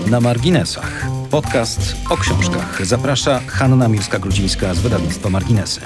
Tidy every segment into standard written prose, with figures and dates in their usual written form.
Na marginesach. Podcast o książkach. Zaprasza Hanna Miłska-Grudzińska z wydawnictwa Marginesy.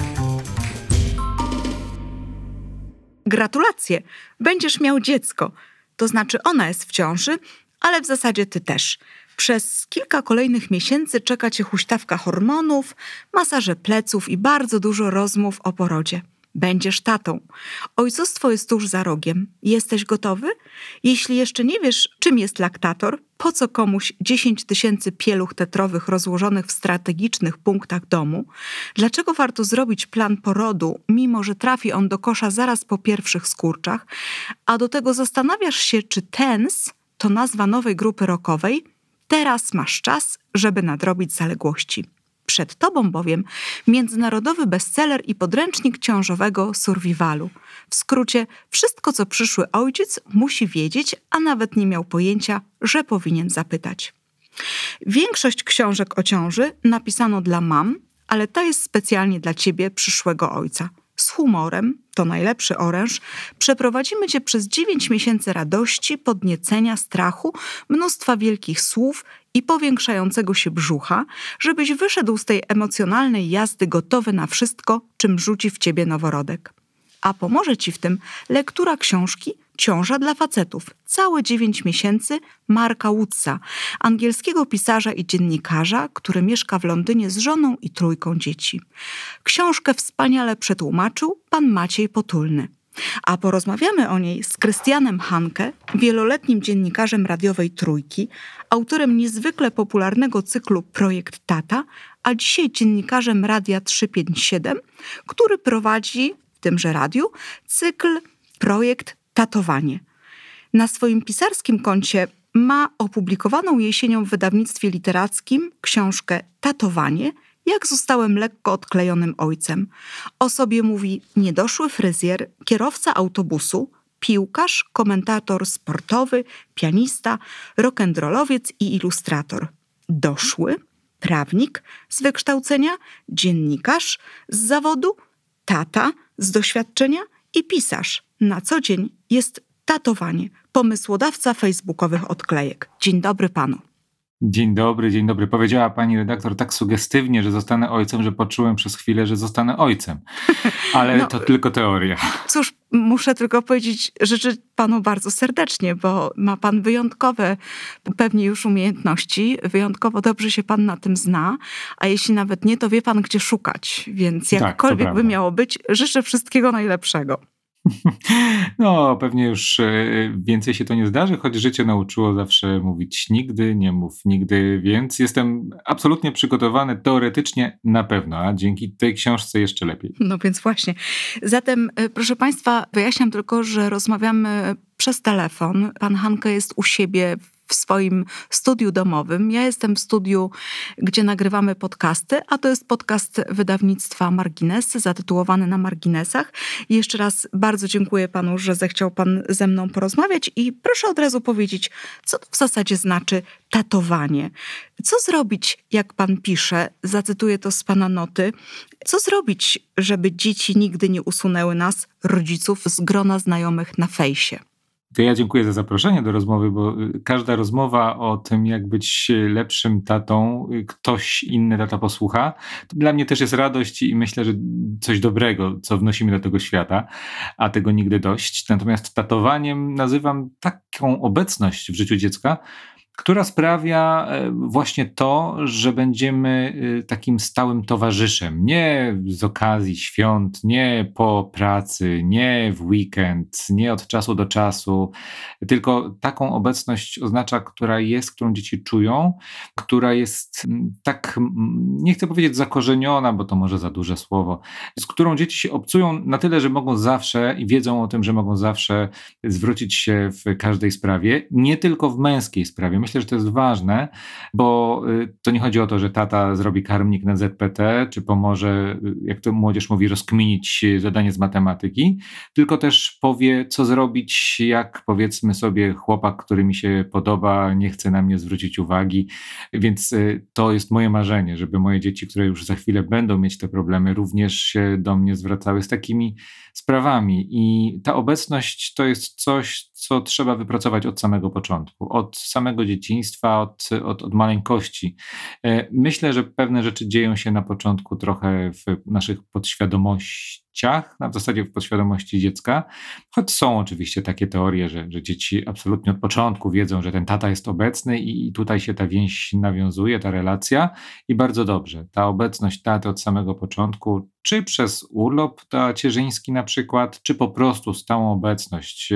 Gratulacje! Będziesz miał dziecko. To znaczy ona jest w ciąży, ale w zasadzie ty też. Przez kilka kolejnych miesięcy czeka cię huśtawka hormonów, masaże pleców i bardzo dużo rozmów o porodzie. Będziesz tatą. Ojcostwo jest tuż za rogiem. Jesteś gotowy? Jeśli jeszcze nie wiesz, czym jest laktator, po co komuś 10 000 pieluch tetrowych rozłożonych w strategicznych punktach domu, dlaczego warto zrobić plan porodu, mimo że trafi on do kosza zaraz po pierwszych skurczach, a do tego zastanawiasz się, czy TENS to nazwa nowej grupy rockowej, teraz masz czas, żeby nadrobić zaległości. Przed tobą bowiem międzynarodowy bestseller i podręcznik ciążowego survivalu. W skrócie, wszystko co przyszły ojciec musi wiedzieć, a nawet nie miał pojęcia, że powinien zapytać. Większość książek o ciąży napisano dla mam, ale ta jest specjalnie dla ciebie, przyszłego ojca. Z humorem, to najlepszy oręż, przeprowadzimy cię przez 9 miesięcy radości, podniecenia, strachu, mnóstwa wielkich słów i powiększającego się brzucha, żebyś wyszedł z tej emocjonalnej jazdy gotowy na wszystko, czym rzuci w ciebie noworodek. A pomoże ci w tym lektura książki Ciąża dla facetów. Całe 9 miesięcy Marka Woodsa, angielskiego pisarza i dziennikarza, który mieszka w Londynie z żoną i 3 dzieci. Książkę wspaniale przetłumaczył pan Maciej Potulny. A porozmawiamy o niej z Krystianem Hanke, wieloletnim dziennikarzem radiowej Trójki, autorem niezwykle popularnego cyklu Projekt Tata, a dzisiaj dziennikarzem Radia 357, który prowadzi w tymże radiu cykl Projekt Tatowanie. Na swoim pisarskim koncie ma opublikowaną jesienią w wydawnictwie literackim książkę Tatowanie, jak zostałem lekko odklejonym ojcem. O sobie mówi niedoszły fryzjer, kierowca autobusu, piłkarz, komentator sportowy, pianista, rock'n'rollowiec i ilustrator. Doszły, prawnik z wykształcenia, dziennikarz z zawodu, tata z doświadczenia i pisarz. Na co dzień jest tatowanie, pomysłodawca facebookowych odklejek. Dzień dobry panu. Dzień dobry, dzień dobry. Powiedziała pani redaktor tak sugestywnie, że zostanę ojcem, że poczułem przez chwilę, że zostanę ojcem. Ale to tylko teoria. Cóż, muszę tylko powiedzieć, życzę panu bardzo serdecznie, bo ma pan wyjątkowe pewnie już umiejętności, wyjątkowo dobrze się pan na tym zna, a jeśli nawet nie, to wie pan, gdzie szukać. Więc jakkolwiek by miało być, życzę wszystkiego najlepszego. No, pewnie już więcej się to nie zdarzy, choć życie nauczyło zawsze mówić nigdy, nie mów nigdy, więc jestem absolutnie przygotowany teoretycznie na pewno, a dzięki tej książce jeszcze lepiej. No więc właśnie. Zatem, proszę państwa, wyjaśniam tylko, że rozmawiamy przez telefon. Pan Hanke jest u siebie w swoim studiu domowym. Ja jestem w studiu, gdzie nagrywamy podcasty, a to jest podcast wydawnictwa Marginesy, zatytułowany Na marginesach. I jeszcze raz bardzo dziękuję panu, że zechciał pan ze mną porozmawiać i proszę od razu powiedzieć, co to w zasadzie znaczy tatowanie. Co zrobić, jak pan pisze, zacytuję to z pana noty, co zrobić, żeby dzieci nigdy nie usunęły nas, rodziców, z grona znajomych na fejsie? To ja dziękuję za zaproszenie do rozmowy, bo każda rozmowa o tym, jak być lepszym tatą, ktoś inny tata posłucha. To dla mnie też jest radość i myślę, że coś dobrego, co wnosimy do tego świata, a tego nigdy dość. Natomiast tatowaniem nazywam taką obecność w życiu dziecka, która sprawia właśnie to, że będziemy takim stałym towarzyszem. Nie z okazji świąt, nie po pracy, nie w weekend, nie od czasu do czasu, tylko taką obecność oznacza, która jest, którą dzieci czują, która jest tak, nie chcę powiedzieć zakorzeniona, bo to może za duże słowo, z którą dzieci się obcują na tyle, że mogą zawsze i wiedzą o tym, że mogą zawsze zwrócić się w każdej sprawie, nie tylko w męskiej sprawie. Myślę, że to jest ważne, bo to nie chodzi o to, że tata zrobi karmnik na ZPT, czy pomoże, jak to młodzież mówi, rozkminić zadanie z matematyki, tylko też powie, co zrobić, jak powiedzmy sobie chłopak, który mi się podoba, nie chce na mnie zwrócić uwagi. Więc to jest moje marzenie, żeby moje dzieci, które już za chwilę będą mieć te problemy, również się do mnie zwracały z takimi sprawami. I ta obecność to jest coś, co trzeba wypracować od samego początku, od samego dzieciństwa, od maleńkości. Myślę, że pewne rzeczy dzieją się na początku trochę w naszych podświadomościach, w zasadzie w podświadomości dziecka, choć są oczywiście takie teorie, że dzieci absolutnie od początku wiedzą, że ten tata jest obecny i tutaj się ta więź nawiązuje, ta relacja i bardzo dobrze. Ta obecność taty od samego początku, czy przez urlop tacierzyński na przykład, czy po prostu stałą obecność,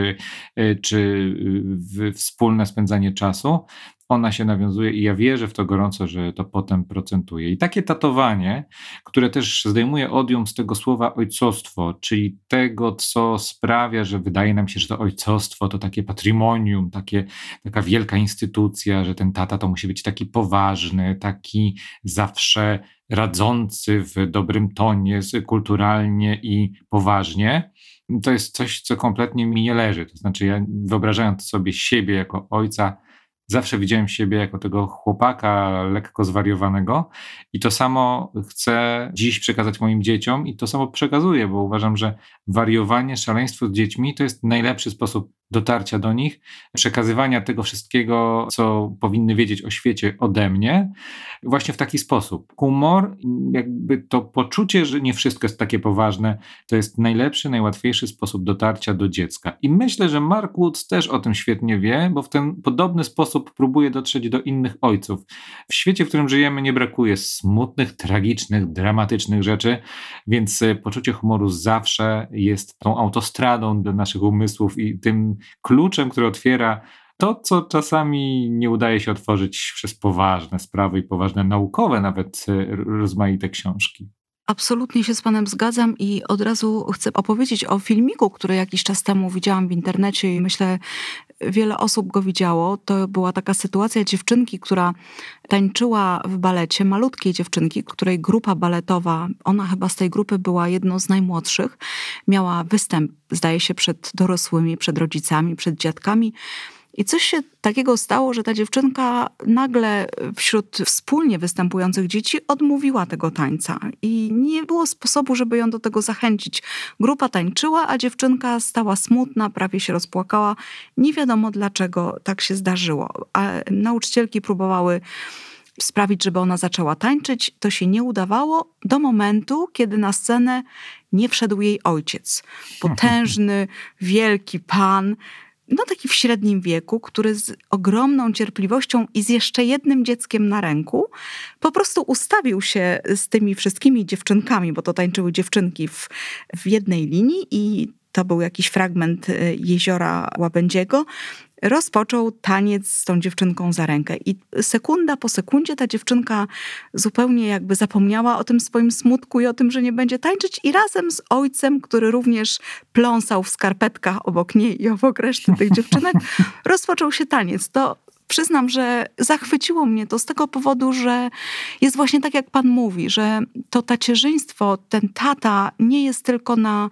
czy wspólne spędzanie czasu, ona się nawiązuje i ja wierzę w to gorąco, że to potem procentuje. I takie tatowanie, które też zdejmuje odium z tego słowa ojcostwo, czyli tego, co sprawia, że wydaje nam się, że to ojcostwo to takie patrimonium, taka wielka instytucja, że ten tata to musi być taki poważny, taki zawsze radzący w dobrym tonie, kulturalnie i poważnie. To jest coś, co kompletnie mi nie leży. To znaczy ja, wyobrażając sobie siebie jako ojca, zawsze widziałem siebie jako tego chłopaka lekko zwariowanego i to samo chcę dziś przekazać moim dzieciom i to samo przekazuję, bo uważam, że wariowanie, szaleństwo z dziećmi to jest najlepszy sposób dotarcia do nich, przekazywania tego wszystkiego, co powinny wiedzieć o świecie ode mnie, właśnie w taki sposób. Humor, jakby to poczucie, że nie wszystko jest takie poważne, to jest najlepszy, najłatwiejszy sposób dotarcia do dziecka. I myślę, że Mark Woods też o tym świetnie wie, bo w ten podobny sposób próbuje dotrzeć do innych ojców. W świecie, w którym żyjemy, nie brakuje smutnych, tragicznych, dramatycznych rzeczy, więc poczucie humoru zawsze jest tą autostradą do naszych umysłów i tym kluczem, który otwiera to, co czasami nie udaje się otworzyć przez poważne sprawy i poważne naukowe, nawet rozmaite książki. Absolutnie się z panem zgadzam i od razu chcę opowiedzieć o filmiku, który jakiś czas temu widziałam w internecie i myślę, wiele osób go widziało. To była taka sytuacja dziewczynki, która tańczyła w balecie, malutkiej dziewczynki, której grupa baletowa, ona chyba z tej grupy była jedną z najmłodszych, miała występ, zdaje się, przed dorosłymi, przed rodzicami, przed dziadkami. I coś się takiego stało, że ta dziewczynka nagle wśród wspólnie występujących dzieci odmówiła tego tańca. I nie było sposobu, żeby ją do tego zachęcić. Grupa tańczyła, a dziewczynka stała smutna, prawie się rozpłakała. Nie wiadomo dlaczego tak się zdarzyło. A nauczycielki próbowały sprawić, żeby ona zaczęła tańczyć. To się nie udawało do momentu, kiedy na scenę nie wszedł jej ojciec. Potężny, wielki pan, taki w średnim wieku, który z ogromną cierpliwością i z jeszcze jednym dzieckiem na ręku po prostu ustawił się z tymi wszystkimi dziewczynkami, bo to tańczyły dziewczynki w jednej linii i to był jakiś fragment Jeziora Łabędziego. Rozpoczął taniec z tą dziewczynką za rękę i sekunda po sekundzie ta dziewczynka zupełnie jakby zapomniała o tym swoim smutku i o tym, że nie będzie tańczyć i razem z ojcem, który również pląsał w skarpetkach obok niej i obok reszty tych dziewczynek, rozpoczął się taniec. To przyznam, że zachwyciło mnie to z tego powodu, że jest właśnie tak, jak pan mówi, że to tacierzyństwo, ten tata nie jest tylko na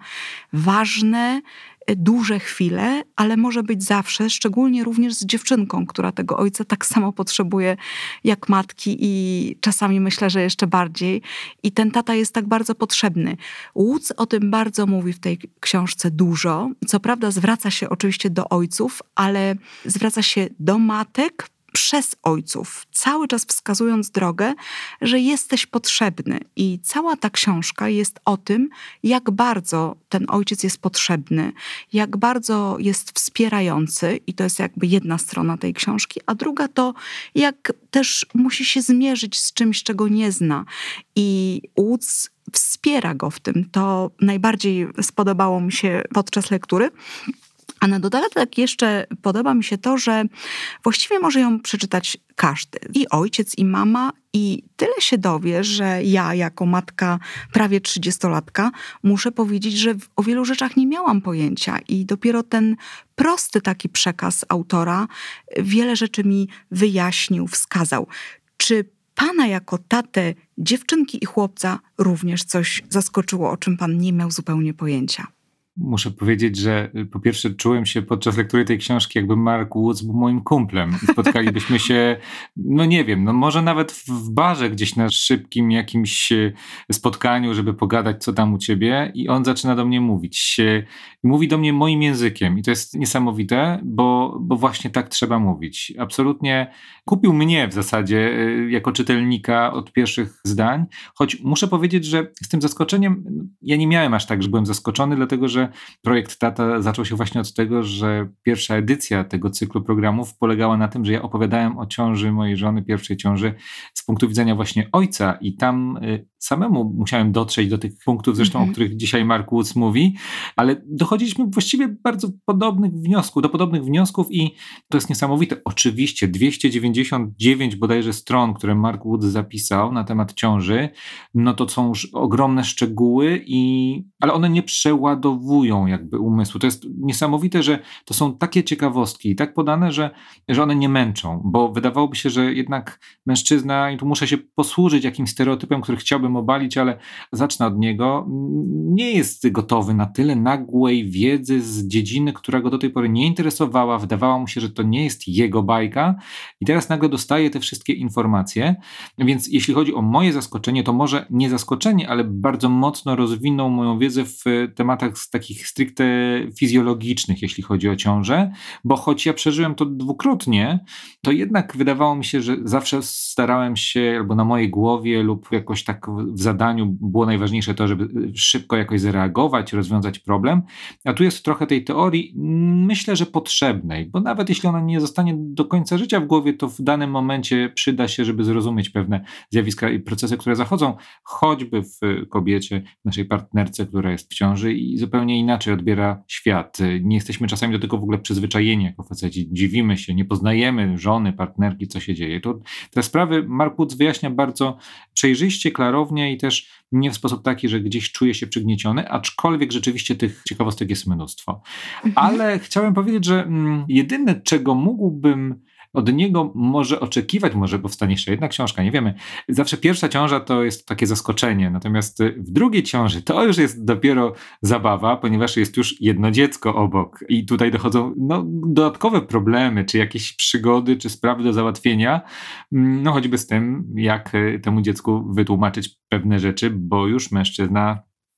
ważne, duże chwile, ale może być zawsze, szczególnie również z dziewczynką, która tego ojca tak samo potrzebuje jak matki i czasami myślę, że jeszcze bardziej. I ten tata jest tak bardzo potrzebny. Woods o tym bardzo mówi w tej książce dużo. Co prawda zwraca się oczywiście do ojców, ale zwraca się do matek przez ojców, cały czas wskazując drogę, że jesteś potrzebny. I cała ta książka jest o tym, jak bardzo ten ojciec jest potrzebny, jak bardzo jest wspierający i to jest jakby jedna strona tej książki, a druga to, jak też musi się zmierzyć z czymś, czego nie zna. I Woods wspiera go w tym. To najbardziej spodobało mi się podczas lektury. A na dodatek jeszcze podoba mi się to, że właściwie może ją przeczytać każdy. I ojciec, i mama. I tyle się dowie, że ja jako matka prawie 30-latka muszę powiedzieć, że o wielu rzeczach nie miałam pojęcia. I dopiero ten prosty taki przekaz autora wiele rzeczy mi wyjaśnił, wskazał. Czy pana jako tatę dziewczynki i chłopca również coś zaskoczyło, o czym pan nie miał zupełnie pojęcia? Muszę powiedzieć, że po pierwsze czułem się podczas lektury tej książki, jakby Mark Woods był moim kumplem. Spotkalibyśmy się, no nie wiem, no może nawet w barze gdzieś na szybkim jakimś spotkaniu, żeby pogadać, co tam u ciebie, i on zaczyna do mnie mówić. I mówi do mnie moim językiem i to jest niesamowite, bo właśnie tak trzeba mówić. Absolutnie kupił mnie w zasadzie jako czytelnika od pierwszych zdań, choć muszę powiedzieć, że z tym zaskoczeniem ja nie miałem aż tak, że byłem zaskoczony, dlatego że projekt Tata zaczął się właśnie od tego, że pierwsza edycja tego cyklu programów polegała na tym, że ja opowiadałem o ciąży mojej żony, pierwszej ciąży, z punktu widzenia właśnie ojca i tam samemu musiałem dotrzeć do tych punktów, zresztą o których dzisiaj Mark Woods mówi, ale dochodziliśmy właściwie do podobnych wniosków i to jest niesamowite. Oczywiście 299 bodajże stron, które Mark Woods zapisał na temat ciąży, no to są już ogromne szczegóły, ale one nie przeładowują jakby umysłu. To jest niesamowite, że to są takie ciekawostki i tak podane, że one nie męczą, bo wydawałoby się, że jednak mężczyzna, i tu muszę się posłużyć jakimś stereotypem, który chciałbym obalić, ale zacznę od niego, nie jest gotowy na tyle nagłej wiedzy z dziedziny, która go do tej pory nie interesowała, wydawało mu się, że to nie jest jego bajka i teraz nagle dostaje te wszystkie informacje, więc jeśli chodzi o moje zaskoczenie, to może nie zaskoczenie, ale bardzo mocno rozwinął moją wiedzę w tematach takich stricte fizjologicznych, jeśli chodzi o ciążę, bo choć ja przeżyłem to dwukrotnie, to jednak wydawało mi się, że zawsze starałem się, albo na mojej głowie lub jakoś tak w zadaniu było najważniejsze to, żeby szybko jakoś zareagować, rozwiązać problem, a tu jest trochę tej teorii, myślę, że potrzebnej, bo nawet jeśli ona nie zostanie do końca życia w głowie, to w danym momencie przyda się, żeby zrozumieć pewne zjawiska i procesy, które zachodzą, choćby w kobiecie, naszej partnerce, która jest w ciąży i zupełnie inaczej odbiera świat. Nie jesteśmy czasami do tego w ogóle przyzwyczajeni jako faceci. Dziwimy się, nie poznajemy żony, partnerki, co się dzieje. To te sprawy Mark Woods wyjaśnia bardzo przejrzyście, klarownie i też nie w sposób taki, że gdzieś czuje się przygnieciony, aczkolwiek rzeczywiście tych ciekawostek jest mnóstwo. Ale chciałem powiedzieć, że jedyne, czego mógłbym od niego może oczekiwać, może powstanie jeszcze jedna książka, nie wiemy. Zawsze pierwsza ciąża to jest takie zaskoczenie, natomiast w drugiej ciąży to już jest dopiero zabawa, ponieważ jest już jedno dziecko obok i tutaj dochodzą dodatkowe problemy, czy jakieś przygody, czy sprawy do załatwienia, choćby z tym, jak temu dziecku wytłumaczyć pewne rzeczy, bo już mężczyzna,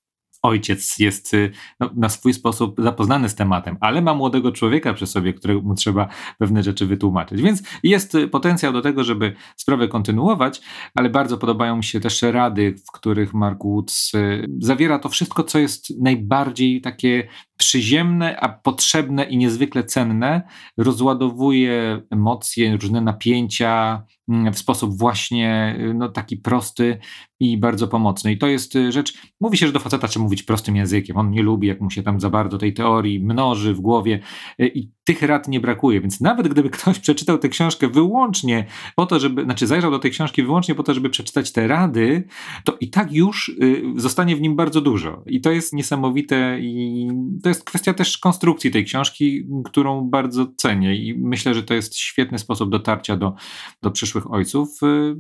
ojciec jest na swój sposób zapoznany z tematem, ale ma młodego człowieka przy sobie, któremu trzeba pewne rzeczy wytłumaczyć. Więc jest potencjał do tego, żeby sprawę kontynuować, ale bardzo podobają mi się też rady, w których Mark Woods zawiera to wszystko, co jest najbardziej takie przyziemne, a potrzebne i niezwykle cenne. Rozładowuje emocje, różne napięcia w sposób właśnie taki prosty i bardzo pomocny. I to jest rzecz, mówi się, że do faceta trzeba mówić prostym językiem. On nie lubi, jak mu się tam za bardzo tej teorii mnoży w głowie i tych rad nie brakuje. Więc nawet gdyby ktoś przeczytał tę książkę wyłącznie po to, zajrzał do tej książki wyłącznie po to, żeby przeczytać te rady, to i tak już zostanie w nim bardzo dużo. I to jest niesamowite i to jest kwestia też konstrukcji tej książki, którą bardzo cenię i myślę, że to jest świetny sposób dotarcia do przyszłych ojców.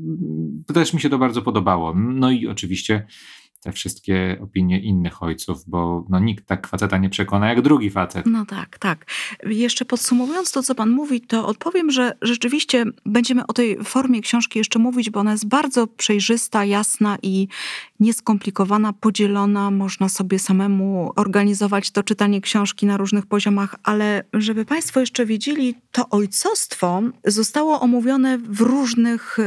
Też mi się to bardzo podobało. No i oczywiście te wszystkie opinie innych ojców, bo nikt tak faceta nie przekona jak drugi facet. No tak. Jeszcze podsumowując to, co pan mówi, to odpowiem, że rzeczywiście będziemy o tej formie książki jeszcze mówić, bo ona jest bardzo przejrzysta, jasna i nieskomplikowana, podzielona. Można sobie samemu organizować to czytanie książki na różnych poziomach, ale żeby państwo jeszcze wiedzieli, to ojcostwo zostało omówione w różnych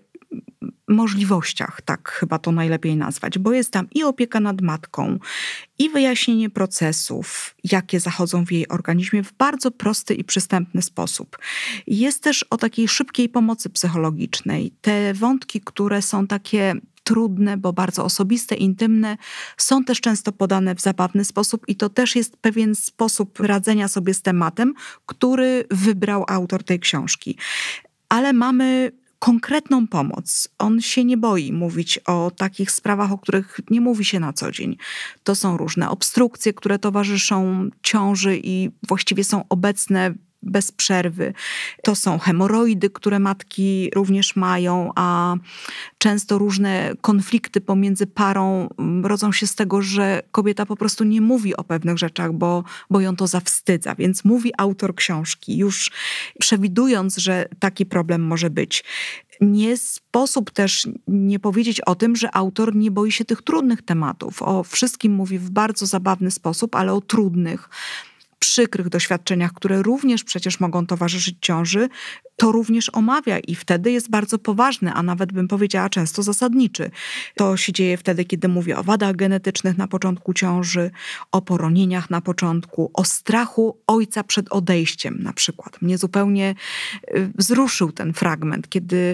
możliwościach, tak chyba to najlepiej nazwać, bo jest tam i opieka nad matką, i wyjaśnienie procesów, jakie zachodzą w jej organizmie w bardzo prosty i przystępny sposób. Jest też o takiej szybkiej pomocy psychologicznej. Te wątki, które są takie trudne, bo bardzo osobiste, intymne, są też często podane w zabawny sposób i to też jest pewien sposób radzenia sobie z tematem, który wybrał autor tej książki. Ale mamy konkretną pomoc. On się nie boi mówić o takich sprawach, o których nie mówi się na co dzień. To są różne obstrukcje, które towarzyszą ciąży i właściwie są obecne bez przerwy. To są hemoroidy, które matki również mają, a często różne konflikty pomiędzy parą rodzą się z tego, że kobieta po prostu nie mówi o pewnych rzeczach, bo ją to zawstydza. Więc mówi autor książki, już przewidując, że taki problem może być. Nie sposób też nie powiedzieć o tym, że autor nie boi się tych trudnych tematów. O wszystkim mówi w bardzo zabawny sposób, ale o trudnych, przykrych doświadczeniach, które również przecież mogą towarzyszyć ciąży, to również omawia i wtedy jest bardzo poważny, a nawet bym powiedziała często zasadniczy. To się dzieje wtedy, kiedy mówię o wadach genetycznych na początku ciąży, o poronieniach na początku, o strachu ojca przed odejściem na przykład. Mnie zupełnie wzruszył ten fragment,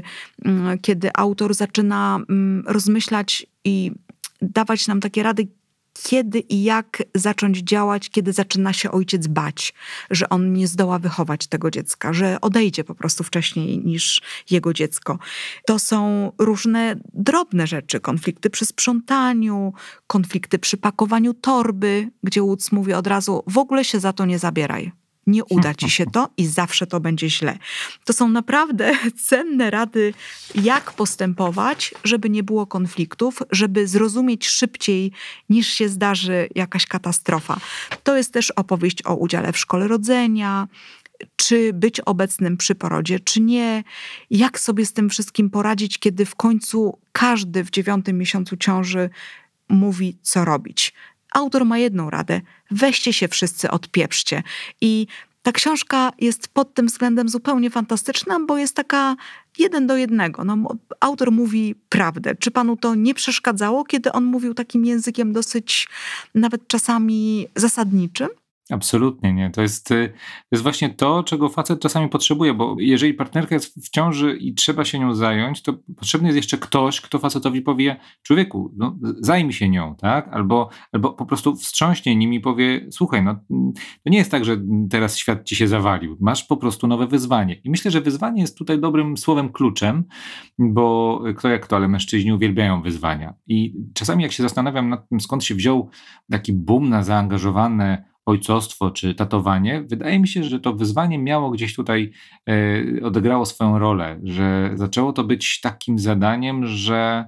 kiedy autor zaczyna rozmyślać i dawać nam takie rady, kiedy i jak zacząć działać, kiedy zaczyna się ojciec bać, że on nie zdoła wychować tego dziecka, że odejdzie po prostu wcześniej niż jego dziecko. To są różne drobne rzeczy, konflikty przy sprzątaniu, konflikty przy pakowaniu torby, gdzie Woods mówi od razu, w ogóle się za to nie zabieraj. Nie uda ci się to i zawsze to będzie źle. To są naprawdę cenne rady, jak postępować, żeby nie było konfliktów, żeby zrozumieć szybciej, niż się zdarzy jakaś katastrofa. To jest też opowieść o udziale w szkole rodzenia, czy być obecnym przy porodzie, czy nie. Jak sobie z tym wszystkim poradzić, kiedy w końcu każdy w 9. miesiącu ciąży mówi, co robić. Autor ma jedną radę. Weźcie się wszyscy, odpieprzcie. I ta książka jest pod tym względem zupełnie fantastyczna, bo jest taka 1:1. No, autor mówi prawdę. Czy panu to nie przeszkadzało, kiedy on mówił takim językiem dosyć nawet czasami zasadniczym? Absolutnie nie. To jest właśnie to, czego facet czasami potrzebuje, bo jeżeli partnerka jest w ciąży i trzeba się nią zająć, to potrzebny jest jeszcze ktoś, kto facetowi powie, człowieku, no, zajmij się nią, tak? Albo po prostu wstrząśnie nim i powie, słuchaj, no to nie jest tak, że teraz świat ci się zawalił. Masz po prostu nowe wyzwanie. I myślę, że wyzwanie jest tutaj dobrym słowem kluczem, bo kto jak to, ale mężczyźni uwielbiają wyzwania. I czasami jak się zastanawiam nad tym, skąd się wziął taki boom na zaangażowane ojcostwo czy tatowanie, wydaje mi się, że to wyzwanie miało gdzieś tutaj, odegrało swoją rolę, że zaczęło to być takim zadaniem, że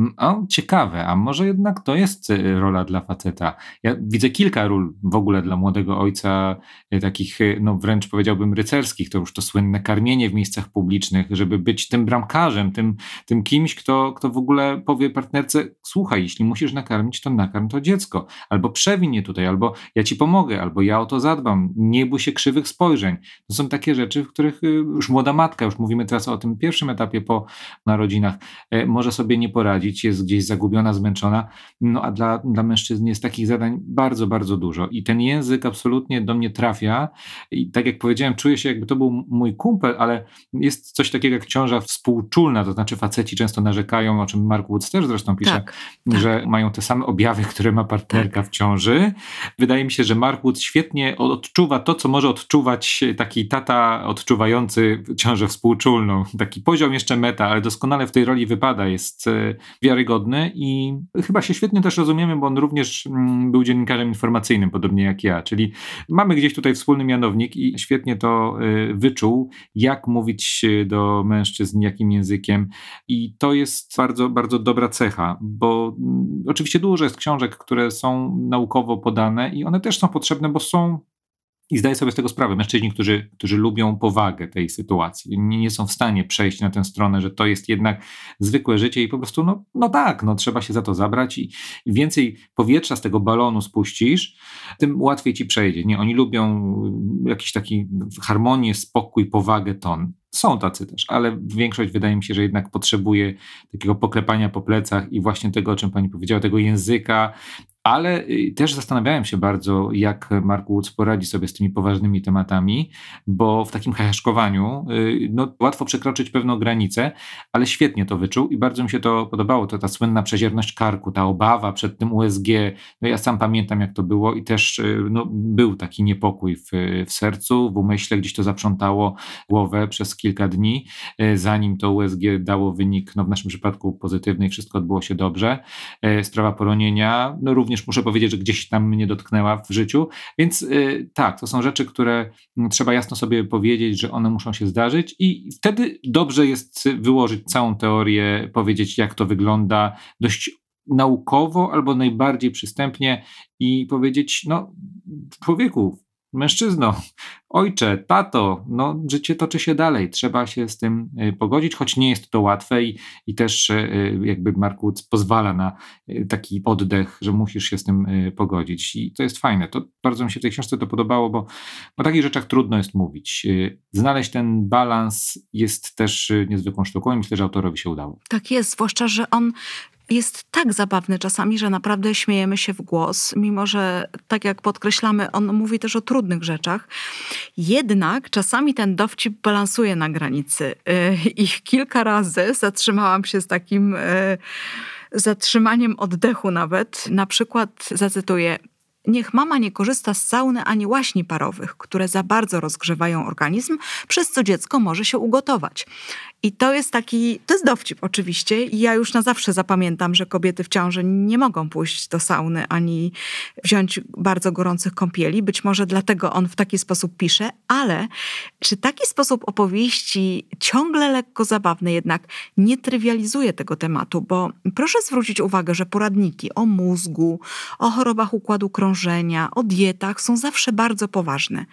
ciekawe, a może jednak to jest rola dla faceta. Ja widzę kilka ról w ogóle dla młodego ojca, takich no wręcz powiedziałbym rycerskich, to już to słynne karmienie w miejscach publicznych, żeby być tym bramkarzem, tym kimś, kto w ogóle powie partnerce, słuchaj, jeśli musisz nakarmić, to nakarm to dziecko, albo przewiń je tutaj, albo ja ci pomogę, albo ja o to zadbam, nie bój się krzywych spojrzeń. To są takie rzeczy, w których już młoda matka, już mówimy teraz o tym pierwszym etapie po narodzinach, może sobie nie poradzić, jest gdzieś zagubiona, zmęczona, no a dla mężczyzn jest takich zadań bardzo, bardzo dużo i ten język absolutnie do mnie trafia i tak jak powiedziałem, czuję się jakby to był mój kumpel, ale jest coś takiego jak ciąża współczulna, to znaczy faceci często narzekają, o czym Mark Woods też zresztą pisze, tak. że mają te same objawy, które ma partnerka w ciąży. Wydaje mi się, że Mark Woods świetnie odczuwa to, co może odczuwać taki tata odczuwający ciążę współczulną. Taki poziom jeszcze meta, ale doskonale w tej roli wypada, jest wiarygodny i chyba się świetnie też rozumiemy, bo on również był dziennikarzem informacyjnym, podobnie jak ja, czyli mamy gdzieś tutaj wspólny mianownik i świetnie to wyczuł, jak mówić do mężczyzn, jakim językiem i to jest bardzo, bardzo dobra cecha, bo oczywiście dużo jest książek, które są naukowo podane i one też są potrzebne, bo są i zdaję sobie z tego sprawę. Mężczyźni, którzy lubią powagę tej sytuacji, nie są w stanie przejść na tę stronę, że to jest jednak zwykłe życie i po prostu no tak, trzeba się za to zabrać i im więcej powietrza z tego balonu spuścisz, tym łatwiej ci przejdzie. Nie, oni lubią jakiś taki harmonię, spokój, powagę, ton. Są tacy też, ale większość wydaje mi się, że jednak potrzebuje takiego poklepania po plecach i właśnie tego, o czym pani powiedziała, tego języka, ale też zastanawiałem się bardzo, jak Mark Woods poradzi sobie z tymi poważnymi tematami, bo w takim heheszkowaniu łatwo przekroczyć pewną granicę, ale świetnie to wyczuł i bardzo mi się to podobało. To ta słynna przezierność karku, ta obawa przed tym USG. No ja sam pamiętam, jak to było i też był taki niepokój w sercu, w umyśle, gdzieś to zaprzątało głowę przez kilka dni, zanim to USG dało wynik, w naszym przypadku pozytywny i wszystko odbyło się dobrze. Sprawa poronienia, również również muszę powiedzieć, że gdzieś tam mnie dotknęła w życiu, więc tak, to są rzeczy, które trzeba jasno sobie powiedzieć, że one muszą się zdarzyć i wtedy dobrze jest wyłożyć całą teorię, powiedzieć jak to wygląda dość naukowo albo najbardziej przystępnie i powiedzieć, no człowieku, mężczyzno, ojcze, tato, no życie toczy się dalej, trzeba się z tym pogodzić, choć nie jest to łatwe i też jakby Mark pozwala na taki oddech, że musisz się z tym pogodzić i to jest fajne. To bardzo mi się w tej książce to podobało, bo o takich rzeczach trudno jest mówić. Znaleźć ten balans jest też niezwykłą sztuką i myślę, że autorowi się udało. Tak jest, zwłaszcza, że on jest tak zabawny czasami, że naprawdę śmiejemy się w głos, mimo że, tak jak podkreślamy, on mówi też o trudnych rzeczach. Jednak czasami ten dowcip balansuje na granicy. I kilka razy zatrzymałam się z takim zatrzymaniem oddechu nawet. Na przykład zacytuję: niech mama nie korzysta z sauny ani łaźni parowych, które za bardzo rozgrzewają organizm, przez co dziecko może się ugotować. I to jest dowcip oczywiście i ja już na zawsze zapamiętam, że kobiety w ciąży nie mogą pójść do sauny ani wziąć bardzo gorących kąpieli. Być może dlatego on w taki sposób pisze, ale czy taki sposób opowieści, ciągle lekko zabawny, jednak nie trywializuje tego tematu? Bo proszę zwrócić uwagę, że poradniki o mózgu, o chorobach układu krążenia, o dietach są zawsze bardzo poważne.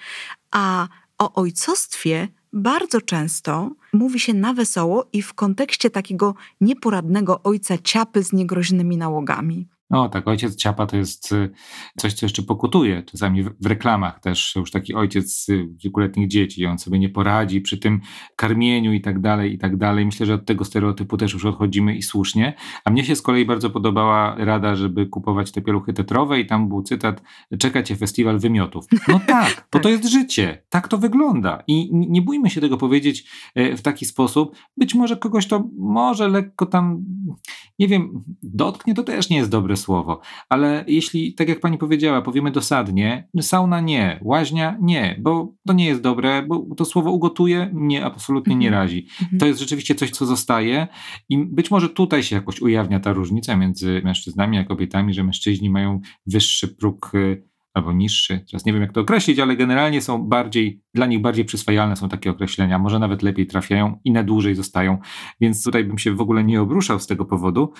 A o ojcostwie bardzo często mówi się na wesoło i w kontekście takiego nieporadnego ojca ciapy z niegroźnymi nałogami. No tak, ojciec ciapa to jest coś, co jeszcze pokutuje. Czasami w reklamach też już taki ojciec kilkuletnich dzieci, on sobie nie poradzi przy tym karmieniu i tak dalej, i tak dalej. Myślę, że od tego stereotypu też już odchodzimy i słusznie. A mnie się z kolei bardzo podobała rada, żeby kupować te pieluchy tetrowe i tam był cytat: czeka cię festiwal wymiotów. No tak, bo to jest życie. Tak to wygląda. I nie bójmy się tego powiedzieć w taki sposób. Być może kogoś to może lekko tam, nie wiem, dotknie, to też nie jest dobre słowo, ale jeśli, tak jak pani powiedziała, powiemy dosadnie, sauna nie, łaźnia nie, bo to nie jest dobre, bo to słowo ugotuje mnie absolutnie nie razi. To jest rzeczywiście coś, co zostaje i być może tutaj się jakoś ujawnia ta różnica między mężczyznami a kobietami, że mężczyźni mają wyższy próg albo niższy, teraz nie wiem jak to określić, ale generalnie są dla nich bardziej przyswajalne są takie określenia, może nawet lepiej trafiają i na dłużej zostają, więc tutaj bym się w ogóle nie obruszał z tego powodu.